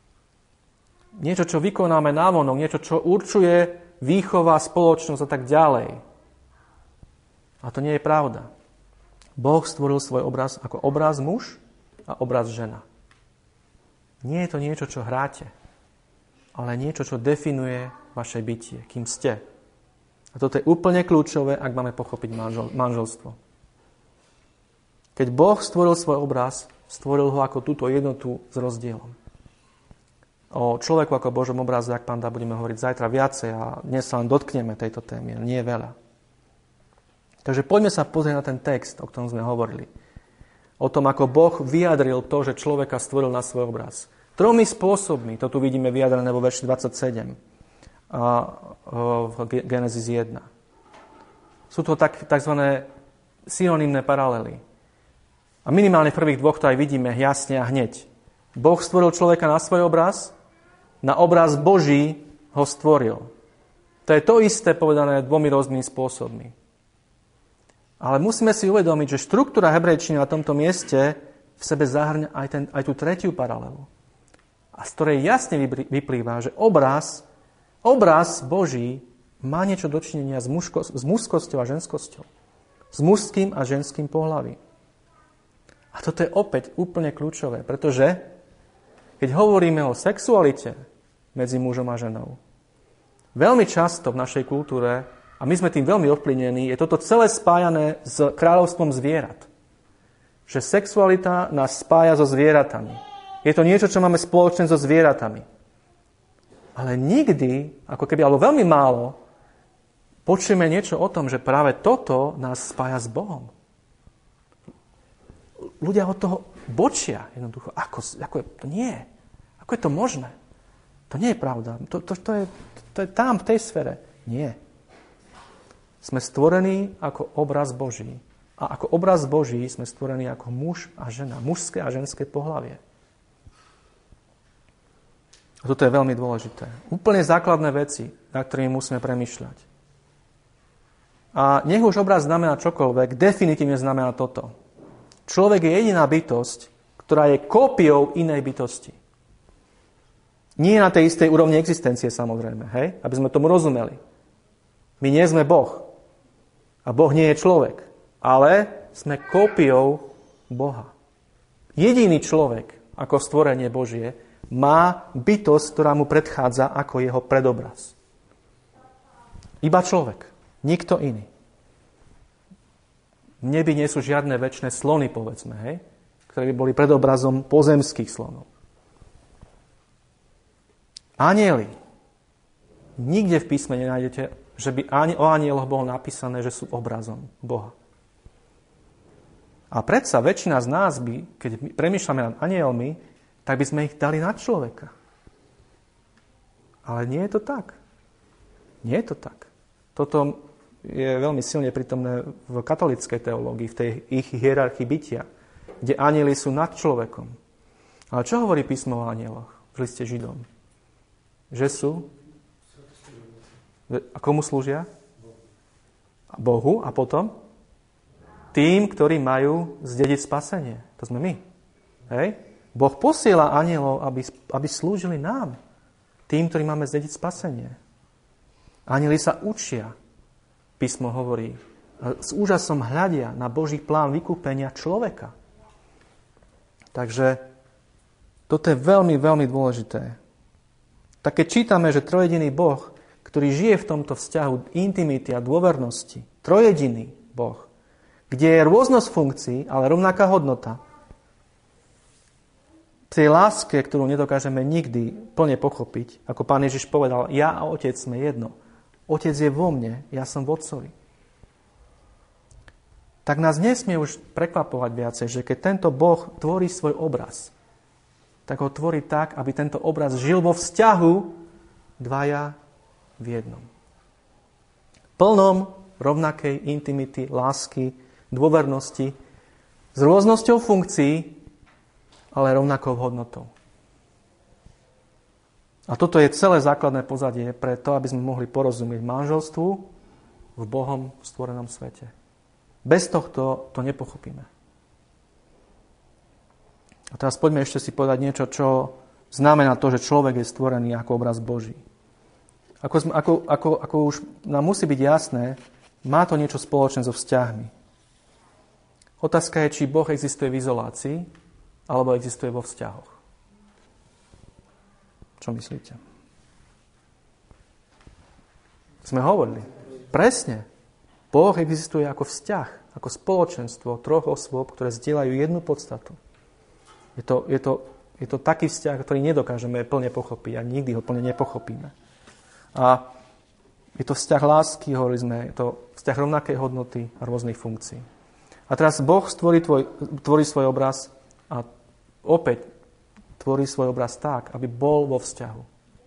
Niečo, čo vykonáme návonok, niečo, čo určuje výchova, spoločnosť a tak ďalej. A to nie je pravda. Boh stvoril svoj obraz ako obraz muž a obraz žena. Nie je to niečo, čo hráte, ale niečo, čo definuje vaše bytie, kým ste. A toto je úplne kľúčové, ak máme pochopiť manželstvo. Keď Boh stvoril svoj obraz, stvoril ho ako túto jednotu s rozdielom. O človeku ako Božom obraze, ak Pán dá, budeme hovoriť zajtra viacej a dnes sa len dotkneme tejto témy, nie je veľa. Takže poďme sa pozrieť na ten text, o ktorom sme hovorili. O tom, ako Boh vyjadril to, že človeka stvoril na svoj obraz. 3 spôsobmi, to tu vidíme vyjadrené vo verši 27 a v Genesis 1. Sú to tzv. Synonymné paralely. A minimálne v prvých 2 to aj vidíme jasne a hneď. Boh stvoril človeka na svoj obraz, na obraz Boží ho stvoril. To je to isté povedané 2 rôznymi spôsobmi. Ale musíme si uvedomiť, že štruktúra hebrejčiny na tomto mieste v sebe zahŕňa aj tú tretiu paralelu. A z ktorej jasne vyplýva, že obraz Boží má niečo dočinenia s mužskosťou a ženskosťou. S mužským a ženským pohlavím. A toto je opäť úplne kľúčové, pretože keď hovoríme o sexualite medzi mužom a ženou, veľmi často v našej kultúre, a my sme tým veľmi ovplyvnení, je toto celé spájané s kráľovstvom zvierat. Že sexualita nás spája so zvieratami. Je to niečo, čo máme spoločné so zvieratami. Ale nikdy, ako keby, alebo veľmi málo, počujeme niečo o tom, že práve toto nás spája s Bohom. Ľudia od toho bočia jednoducho. Ako je to? Nie. Ako je to možné? To nie je pravda. To je tam, v tej sfére. Nie. Sme stvorení ako obraz Boží. A ako obraz Boží sme stvorení ako muž a žena. Mužské a ženské pohlavie. A toto je veľmi dôležité. Úplne základné veci, na ktorými musíme premýšľať. A nech už obraz znamená čokoľvek, definitívne znamená toto. Človek je jediná bytosť, ktorá je kópiou inej bytosti. Nie na tej istej úrovni existencie, samozrejme, hej? Aby sme tomu rozumeli. My nie sme Boh. A Boh nie je človek. Ale sme kópiou Boha. Jediný človek, ako stvorenie Božie, má bytosť, ktorá mu predchádza ako jeho predobraz. Iba človek. Nikto iný. V nebi nie sú žiadne večné slony, povedzme, hej? Ktoré by boli predobrazom pozemských slonov. Anjeli. Nikde v písme nenájdete, že by o anjeloch bolo napísané, že sú obrazom Boha. A predsa väčšina z nás by, keď premýšľame nad anjelmi, tak by sme ich dali na človeka. Ale nie je to tak. Nie je to tak. Toto je veľmi silne prítomné v katolíckej teológii, v tej ich hierarchii bytia, kde anjeli sú nad človekom. Ale čo hovorí písmo o anjeloch v liste Židom? Že sú? A komu slúžia? Bohu. A potom? Tým, ktorí majú zdediť spasenie. To sme my. Hej? Boh posiela anjelov, aby slúžili nám. Tým, ktorí máme zdediť spasenie. Anjeli sa učia. Písmo hovorí. S úžasom hľadia na Boží plán vykúpenia človeka. Takže toto je veľmi, veľmi dôležité. Tak keď čítame, že trojediný Boh, ktorý žije v tomto vzťahu intimity a dôvernosti, trojediný Boh, kde je rôznosť funkcií, ale rovnaká hodnota, tej láske, ktorú nedokážeme nikdy plne pochopiť, ako Pán Ježiš povedal, ja a Otec sme jedno. Otec je vo mne, ja som v Otcovi. Tak nás nesmie už prekvapovať viacej, že keď tento Boh tvorí svoj obraz, tak ho tvorí tak, aby tento obraz žil vo vzťahu dvaja v jednom. Plnom rovnakej intimity, lásky, dôvernosti, s rôznosťou funkcií, ale rovnakou hodnotou. A toto je celé základné pozadie pre to, aby sme mohli porozumieť manželstvu v Bohom stvorenom svete. Bez tohto to nepochopíme. A teraz poďme ešte si povedať niečo, čo znamená to, že človek je stvorený ako obraz Boží. Ako už nám musí byť jasné, má to niečo spoločné so vzťahmi. Otázka je, či Boh existuje v izolácii, alebo existuje vo vzťahoch. Čo myslíte? Sme hovorili. Presne. Boh existuje ako vzťah, ako spoločenstvo troch osôb, ktoré zdieľajú jednu podstatu. Je to taký vzťah, ktorý nedokážeme plne pochopiť a nikdy ho plne nepochopíme. A je to vzťah lásky, hovorili sme, je to vzťah rovnakej hodnoty a rôznych funkcií. A teraz Boh tvorí svoj obraz a opäť tvorí svoj obraz tak, aby bol vo vzťahu.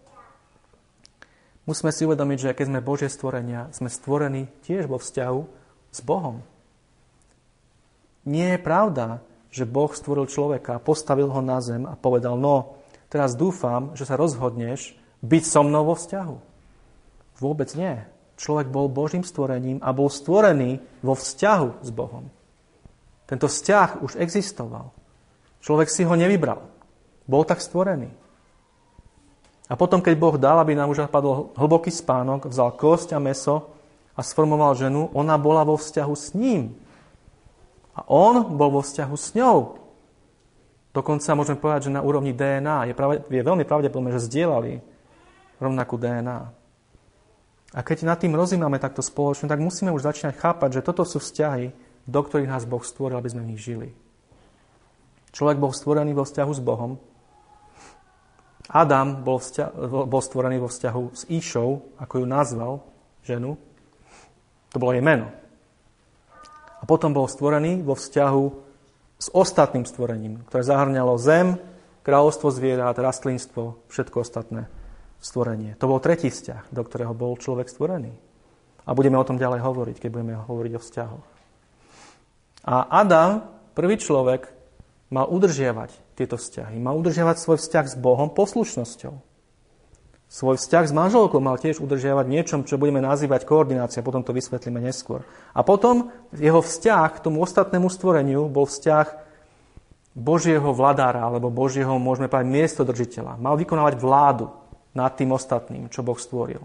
Musíme si uvedomiť, že keď sme Božie stvorenia, sme stvorení tiež vo vzťahu s Bohom. Nie je pravda, že Boh stvoril človeka, postavil ho na zem a povedal, no, teraz dúfam, že sa rozhodneš byť so mnou vo vzťahu. Vôbec nie. Človek bol Božím stvorením a bol stvorený vo vzťahu s Bohom. Tento vzťah už existoval. Človek si ho nevybral. Bol tak stvorený. A potom, keď Boh dal, aby nám už napadol hlboký spánok, vzal kosť a mäso a sformoval ženu, ona bola vo vzťahu s ním. A on bol vo vzťahu s ňou. Dokonca môžeme povedať, že na úrovni DNA je veľmi pravdepodobné, že zdieľali rovnakú DNA. A keď nad tým rozímame takto spoločne, tak musíme už začínať chápať, že toto sú vzťahy, do ktorých nás Boh stvoril, aby sme v nich žili. Človek bol stvorený vo vzťahu s Bohom. Adam bol stvorený vo vzťahu s Íšou, ako ju nazval, ženu. To bolo jej meno. A potom bol stvorený vo vzťahu s ostatným stvorením, ktoré zahrňalo zem, kráľovstvo zvierat, rastlinstvo, všetko ostatné stvorenie. To bol tretí vzťah, do ktorého bol človek stvorený. A budeme o tom ďalej hovoriť, keď budeme hovoriť o vzťahoch. A Adam, prvý človek, mal udržiavať tieto vzťahy. Mal udržiavať svoj vzťah s Bohom poslušnosťou. Svoj vzťah s manželkou mal tiež udržiavať v niečom, čo budeme nazývať koordinácia, potom to vysvetlíme neskôr. A potom jeho vzťah k tomu ostatnému stvoreniu bol vzťah Božieho vladára, alebo Božieho, môžeme povedať, miestodržiteľa. Mal vykonávať vládu nad tým ostatným, čo Boh stvoril.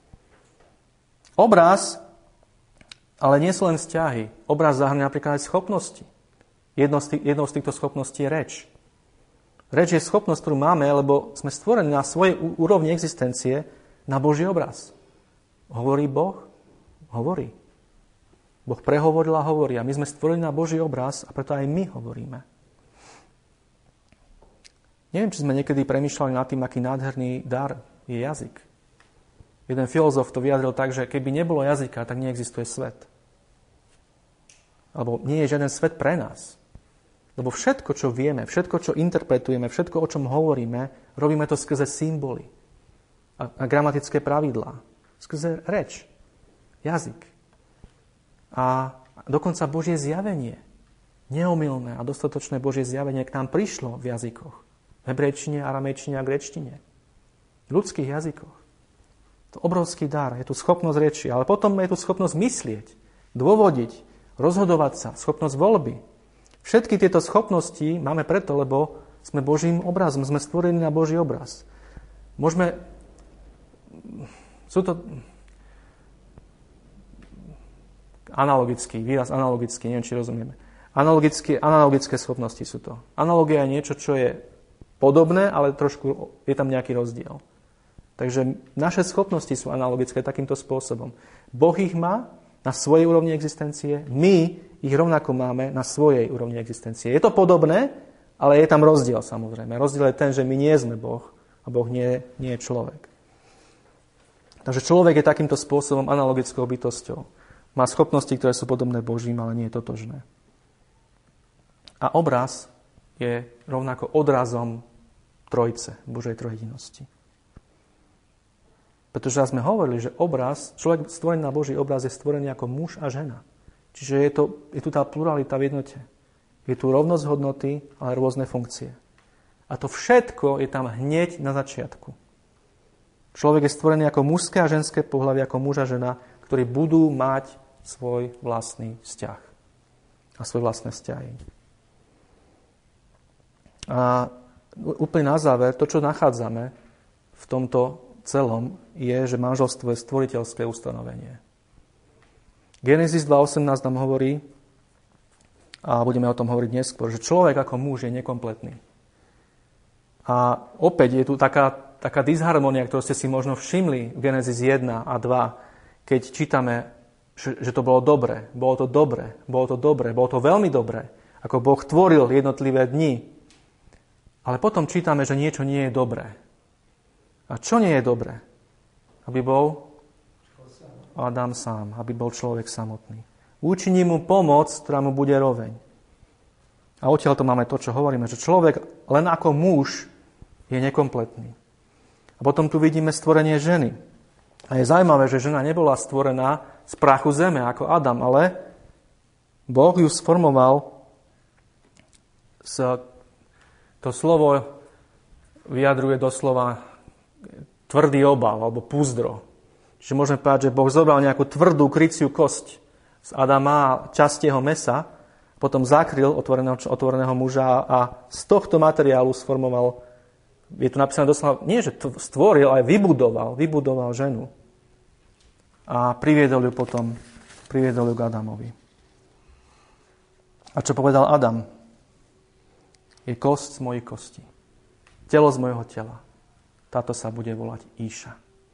Obraz, ale nie sú len vzťahy. Obraz zahrňa napríklad aj schopnosti. Jednou z týchto schopností je reč. Reč je schopnosť, ktorú máme, lebo sme stvorení na svojej úrovni existencie na Boží obraz. Hovorí Boh? Hovorí. Boh prehovoril a hovorí. A my sme stvorení na Boží obraz a preto aj my hovoríme. Neviem, či sme niekedy premýšľali nad tým, aký nádherný dar je jazyk. Jeden filozof to vyjadril tak, že keby nebolo jazyka, tak neexistuje svet. Alebo nie je žiaden svet pre nás. Lebo všetko, čo vieme, všetko, čo interpretujeme, všetko, o čom hovoríme, robíme to skrze symboly a gramatické pravidlá. Skrze reč, jazyk. A dokonca Božie zjavenie, neomylné a dostatočné Božie zjavenie k nám prišlo v jazykoch. V hebrejčine, aramejčine a gréčtine. V ľudských jazykoch. To obrovský dar, je tu schopnosť reči, ale potom je tu schopnosť myslieť, dôvodiť, rozhodovať sa, schopnosť voľby. Všetky tieto schopnosti máme preto, lebo sme Božím obrazom, sme stvorení na Boží obraz. Sú to výraz analogický, neviem, či rozumieme. Analogické schopnosti sú to. Analogia je niečo, čo je podobné, ale trošku je tam nejaký rozdiel. Takže naše schopnosti sú analogické takýmto spôsobom. Boh ich má na svojej úrovni existencie, my ich rovnako máme na svojej úrovni existencie. Je to podobné, ale je tam rozdiel samozrejme. Rozdiel je ten, že my nie sme Boh a Boh nie je človek. Takže človek je takýmto spôsobom analogickou bytosťou. Má schopnosti, ktoré sú podobné Božím, ale nie je totožné. A obraz je rovnako odrazom Trojce, Božej trojjedinosti. Pretože sme hovorili, že človek stvorený na Boží obraz je stvorený ako muž a žena. Čiže je tu tá pluralita v jednote. Je tu rovnosť hodnoty, ale rôzne funkcie. A to všetko je tam hneď na začiatku. Človek je stvorený ako mužské a ženské pohlavie, ako muž a žena, ktorí budú mať svoj vlastný vzťah a svoje vlastné vzťahy. A úplne na záver, to, čo nachádzame v tomto celom, je, že manželstvo je stvoriteľské ustanovenie. Genesis 2.18 nám hovorí, a budeme o tom hovoriť neskôr, že človek ako muž je nekompletný. A opäť je tu taká disharmonia, ktorú ste si možno všimli v Genesis 1 a 2, keď čítame, že to bolo dobré. Bolo to veľmi dobré. Ako Boh tvoril jednotlivé dni. Ale potom čítame, že niečo nie je dobré. A čo nie je dobré? Aby bol Adam sám, aby bol človek samotný. Učiní mu pomoc, ktorá mu bude roveň. A odtiaľ to máme to, čo hovoríme, že človek len ako muž je nekompletný. A potom tu vidíme stvorenie ženy. A je zaujímavé, že žena nebola stvorená z prachu zeme ako Adam, ale Boh ju sformoval to slovo vyjadruje doslova tvrdý obal alebo púzdro. Čiže môžeme povedať, že Boh zobral nejakú tvrdú kryciu kosť z Adama, časť jeho mesa, potom zakryl otvoreného muža a z tohto materiálu sformoval, je tu napísané doslova, nie že stvoril, ale vybudoval ženu. A priviedol ju k Adamovi. A čo povedal Adam? Je kosť z mojich kostí. Telo z mojho tela. Táto sa bude volať Íša.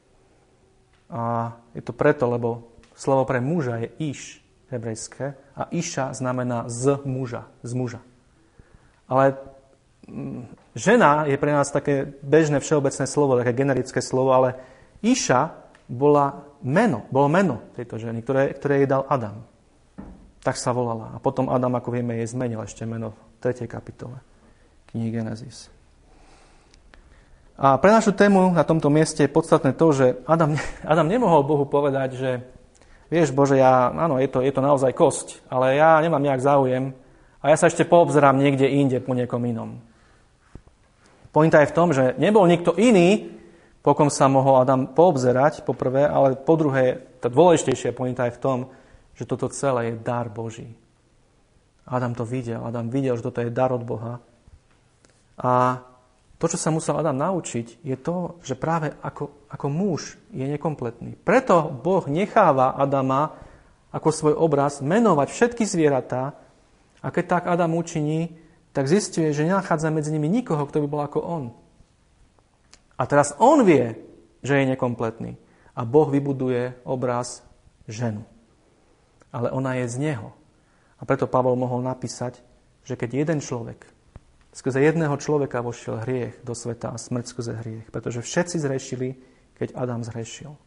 A je to preto, lebo slovo pre muža je Iš, hebrejské, a Íša znamená z muža. Ale žena je pre nás také bežné všeobecné slovo, také generické slovo, ale Íša bolo meno tejto ženy, ktoré jej dal Adam. Tak sa volala. A potom Adam, ako vieme, jej zmenil ešte meno v 3. kapitole knihy Genesis. A pre našu tému na tomto mieste je podstatné to, že Adam nemohol Bohu povedať, že vieš, Bože, áno, je to naozaj kosť, ale ja nemám nejak záujem a ja sa ešte poobzerám niekde inde po niekom inom. Pointa je v tom, že nebol nikto iný, po kom sa mohol Adam poobzerať, po prvé, ale po druhé, tá dôležitejšia pointa je v tom, že toto celé je dar Boží. Adam to videl. Adam videl, že toto je dar od Boha. A to, čo sa musel Adam naučiť, je to, že práve ako muž je nekompletný. Preto Boh necháva Adama ako svoj obraz menovať všetky zvieratá a keď tak Adam učiní, tak zisťuje, že nenachádza medzi nimi nikoho, kto by bol ako on. A teraz on vie, že je nekompletný. A Boh vybuduje obraz ženu. Ale ona je z neho. A preto Pavol mohol napísať, že keď jeden človek, skrze jedného človeka vošiel hriech do sveta a smrť skrze hriech, pretože všetci zhrešili, keď Adam zhrešil.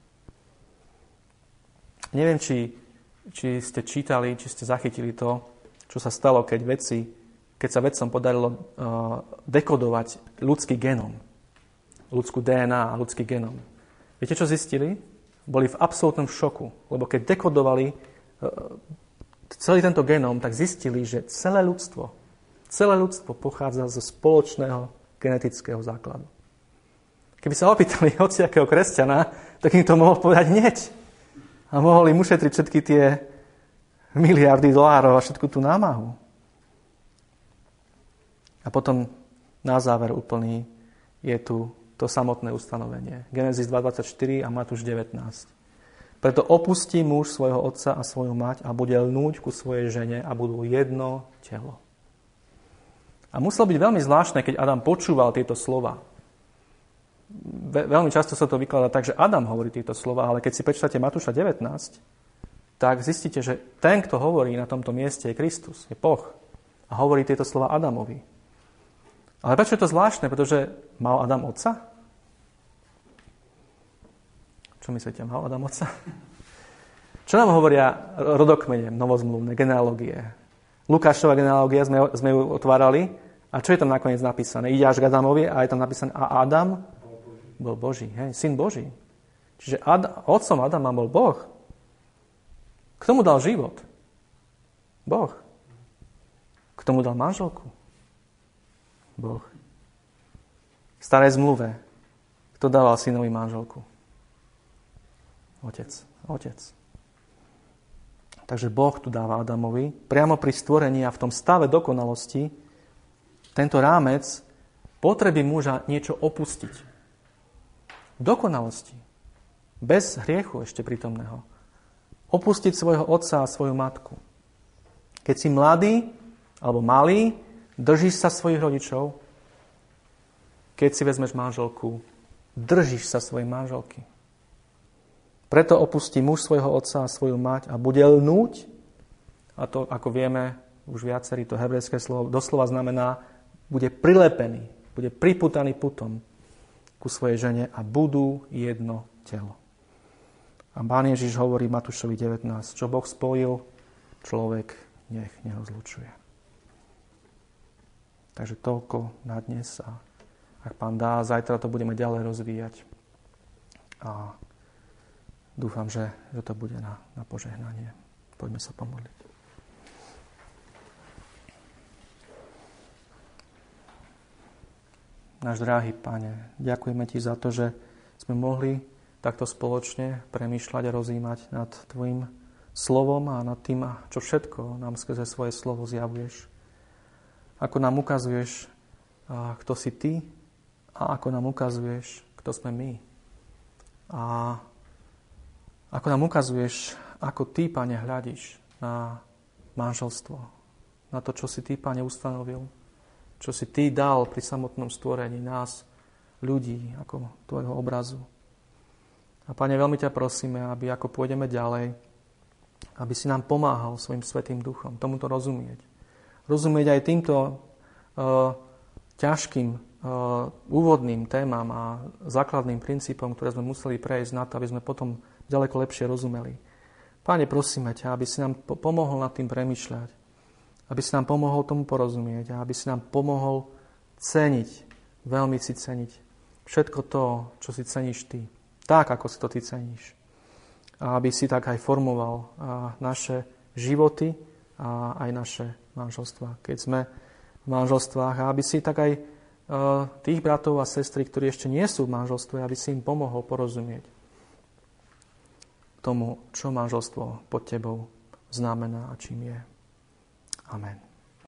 Neviem, či ste čítali, či ste zachytili to, čo sa stalo, keď sa vedcom podarilo dekodovať ľudský genom. Ľudskú DNA a ľudský genom. Viete, čo zistili? Boli v absolútnom šoku, lebo keď dekodovali celý tento genóm, tak zistili, že celé ľudstvo pochádza zo spoločného genetického základu. Keby sa opýtali hociakého kresťana, tak im to mohol povedať hneď. A mohol im ušetriť všetky tie miliardy dolárov a všetku tú námahu. A potom na záver úplný je tu to samotné ustanovenie. Genesis 2.24 a Matúš 19. Preto opustí muž svojho otca a svoju mať a bude lnúť ku svojej žene a budú jedno telo. A muselo byť veľmi zvláštne, keď Adam počúval tieto slova. Veľmi často sa to vykladá tak, že Adam hovorí tieto slova, ale keď si prečítate Matúša 19, tak zistíte, že ten, kto hovorí na tomto mieste, je Kristus, je Boh. A hovorí tieto slova Adamovi. Ale prečo je to zvláštne? Pretože mal Adam otca? Čo myslíte, mal Adam otca? Čo nám hovoria rodokmene, novozmluvné, genealógie? Lukášova genealógia sme ju otvárali. A čo je tam nakoniec napísané? Ide až k Adamovi a je tam napísané a Adam bol Boží. Hej, syn Boží. Čiže otcom Adama bol Boh. Kto mu dal život? Boh. Kto mu dal manželku? Boh. V starej zmluve kto dával synovi manželku? Otec. Takže Boh tu dáva Adamovi priamo pri stvorení a v tom stave dokonalosti tento rámec potreby muža niečo opustiť. V dokonalosti. Bez hriechu ešte prítomného. Opustiť svojho otca a svoju matku. Keď si mladý alebo malý, držíš sa svojich rodičov. Keď si vezmeš manželku, držíš sa svojej manželky. Preto opustí muž svojho otca a svoju mať a bude lnúť. A to, ako vieme, už viacerí to hebrejské slovo doslova znamená, bude prilepený, bude priputaný putom ku svojej žene a budú jedno telo. A Pán Ježiš hovorí Matúšovi 19, čo Boh spojil, človek nech nerozlučuje. Takže toľko na dnes a ak Pán dá, zajtra to budeme ďalej rozvíjať. A dúfam, že to bude na požehnanie. Poďme sa pomodliť. Náš drahý Pane, ďakujeme Ti za to, že sme mohli takto spoločne premýšľať a rozjímať nad Tvojim slovom a nad tým, čo všetko nám skrze svoje slovo zjavuješ. Ako nám ukazuješ, kto si Ty a ako nám ukazuješ, kto sme my. A ako nám ukazuješ, ako Ty, Pane, hľadíš na manželstvo, na to, čo si Ty, Pane, ustanovil, čo si Ty dal pri samotnom stvorení nás, ľudí, ako Tvojho obrazu. A Pane, veľmi ťa prosíme, aby ako pôjdeme ďalej, aby si nám pomáhal svojim Svätým Duchom tomuto rozumieť. Rozumieť aj týmto ťažkým úvodným témam a základným princípom, ktoré sme museli prejsť na to, aby sme potom ďaleko lepšie rozumeli. Páne, prosíme ťa, aby si nám pomohol nad tým premýšľať, aby si nám pomohol tomu porozumieť a aby si nám pomohol ceniť, veľmi si ceniť všetko to, čo si ceníš Ty, tak, ako si to Ty ceníš. A aby si tak aj formoval naše životy a aj naše manželstvá, keď sme v manželstvách. A aby si tak aj tých bratov a sestry, ktorí ešte nie sú v manželstve, aby si im pomohol porozumieť tomu, čo manželstvo pod Tebou znamená a čím je. Amen.